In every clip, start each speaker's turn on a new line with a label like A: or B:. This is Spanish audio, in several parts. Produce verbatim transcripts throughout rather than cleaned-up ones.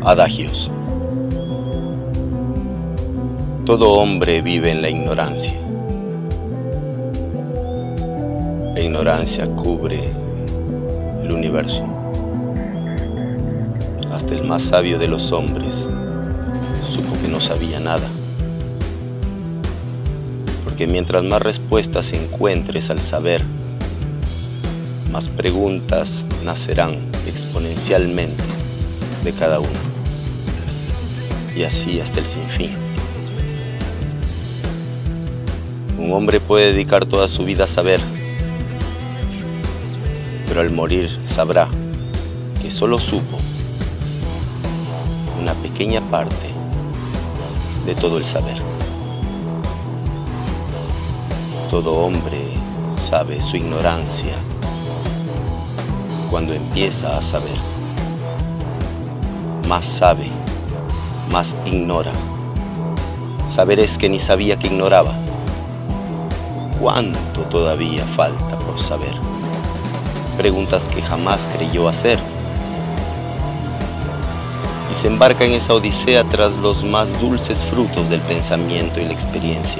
A: Adagios. Todo hombre vive en la ignorancia. La ignorancia cubre el universo. Hasta el más sabio de los hombres supo que no sabía nada. Porque mientras más respuestas encuentres al saber, más preguntas nacerán exponencialmente de cada uno. Y así hasta el sinfín. Un hombre puede dedicar toda su vida a saber, pero al morir sabrá que solo supo una pequeña parte de todo el saber. Todo hombre sabe su ignorancia cuando empieza a saber. Más sabe, más ignora. Saber es que ni sabía que ignoraba. ¿Cuánto todavía falta por saber? Preguntas que jamás creyó hacer. Y se embarca en esa odisea tras los más dulces frutos del pensamiento y la experiencia.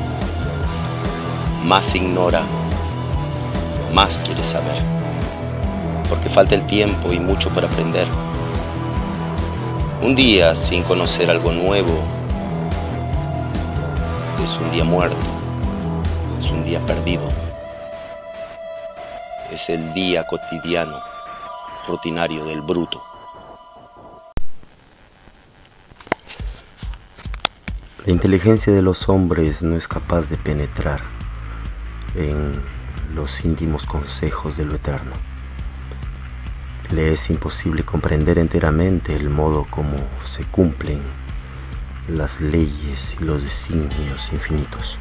A: Más ignora, más quiere saber, porque falta el tiempo y mucho por aprender. Un día sin conocer algo nuevo es un día muerto, es un día perdido. Es el día cotidiano, rutinario del bruto. La inteligencia de los hombres no es capaz de penetrar en los íntimos consejos de lo eterno. Le es imposible comprender enteramente el modo como se cumplen las leyes y los designios infinitos.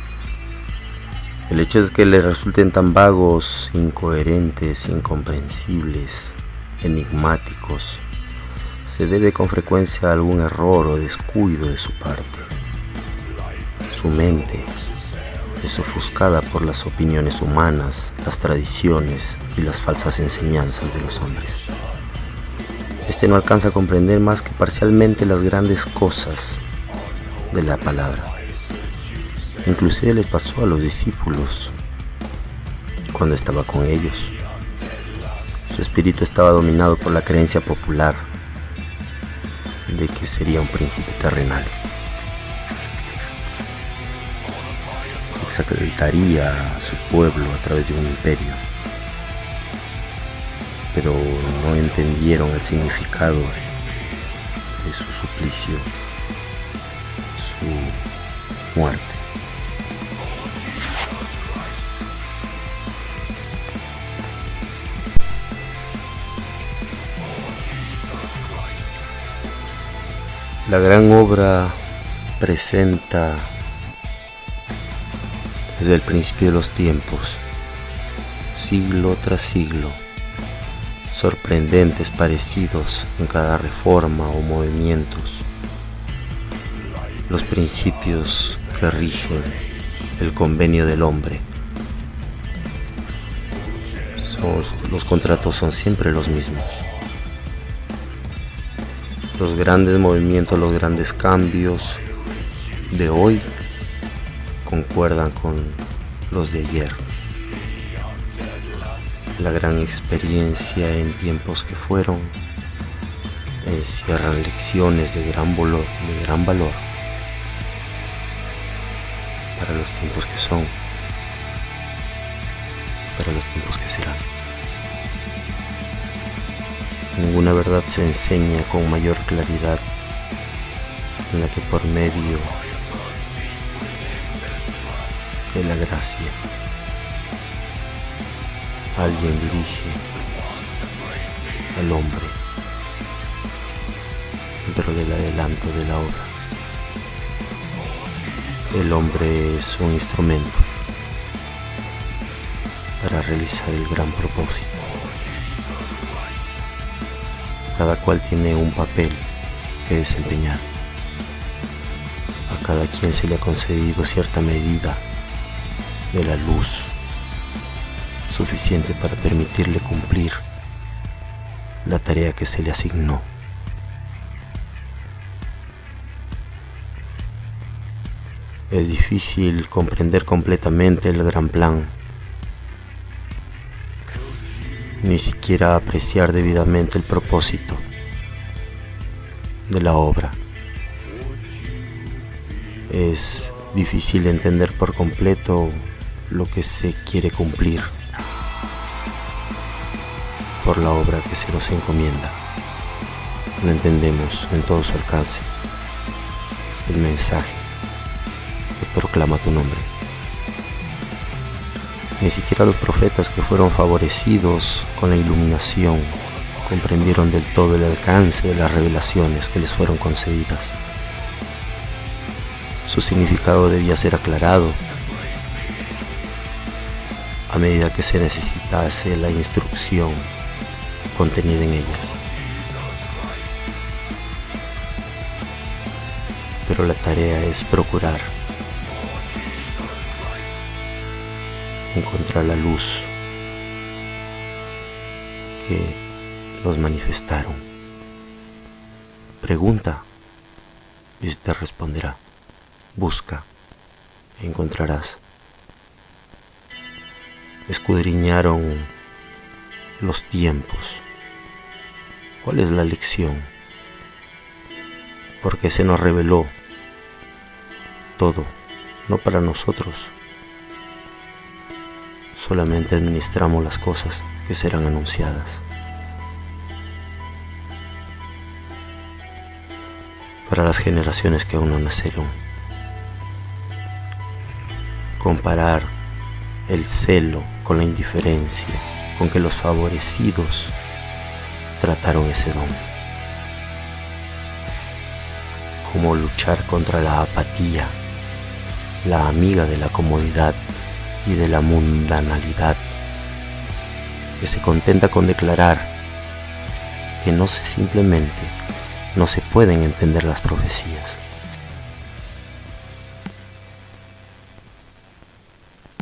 A: El hecho es que le resulten tan vagos, incoherentes, incomprensibles, enigmáticos, se debe con frecuencia a algún error o descuido de su parte. Su mente es ofuscada por las opiniones humanas, las tradiciones y las falsas enseñanzas de los hombres. Este no alcanza a comprender más que parcialmente las grandes cosas de la palabra. Inclusive le pasó a los discípulos cuando estaba con ellos. Su espíritu estaba dominado por la creencia popular de que sería un príncipe terrenal. Exaltaría a su pueblo a través de un imperio, pero no entendieron el significado de su suplicio, su muerte. La gran obra presenta desde el principio de los tiempos, siglo tras siglo, sorprendentes parecidos en cada reforma o movimientos, los principios que rigen el convenio del hombre. Son, los contratos son siempre los mismos. Los grandes movimientos, los grandes cambios de hoy concuerdan con los de ayer. La gran experiencia en tiempos que fueron encierran lecciones de gran valor, de gran valor para los tiempos que son, para los tiempos que serán. Ninguna verdad se enseña con mayor claridad en la que por medio de la gracia alguien dirige al hombre dentro del adelanto de la obra. El hombre es un instrumento para realizar el gran propósito. Cada cual tiene un papel que desempeñar. A cada quien se le ha concedido cierta medida de la luz suficiente para permitirle cumplir la tarea que se le asignó. Es difícil comprender completamente el gran plan, ni siquiera apreciar debidamente el propósito de la obra. Es difícil entender por completo lo que se quiere cumplir por la obra que se nos encomienda. No entendemos en todo su alcance el mensaje que proclama tu nombre. Ni siquiera los profetas que fueron favorecidos con la iluminación comprendieron del todo el alcance de las revelaciones que les fueron concedidas. Su significado debía ser aclarado a medida que se necesitase la instrucción contenida en ellas. Pero la tarea es procurar encontrar la luz que los manifestaron. Pregunta y te responderá. Busca y encontrarás. Escudriñaron los tiempos. ¿Cuál es la lección? Porque se nos reveló todo, no para nosotros. Solamente administramos las cosas que serán anunciadas. Para las generaciones que aún no nacieron. Comparar el celo con la indiferencia con que los favorecidos trataron ese don. Cómo luchar contra la apatía, la amiga de la comodidad y de la mundanalidad, que se contenta con declarar que no simplemente no se pueden entender las profecías,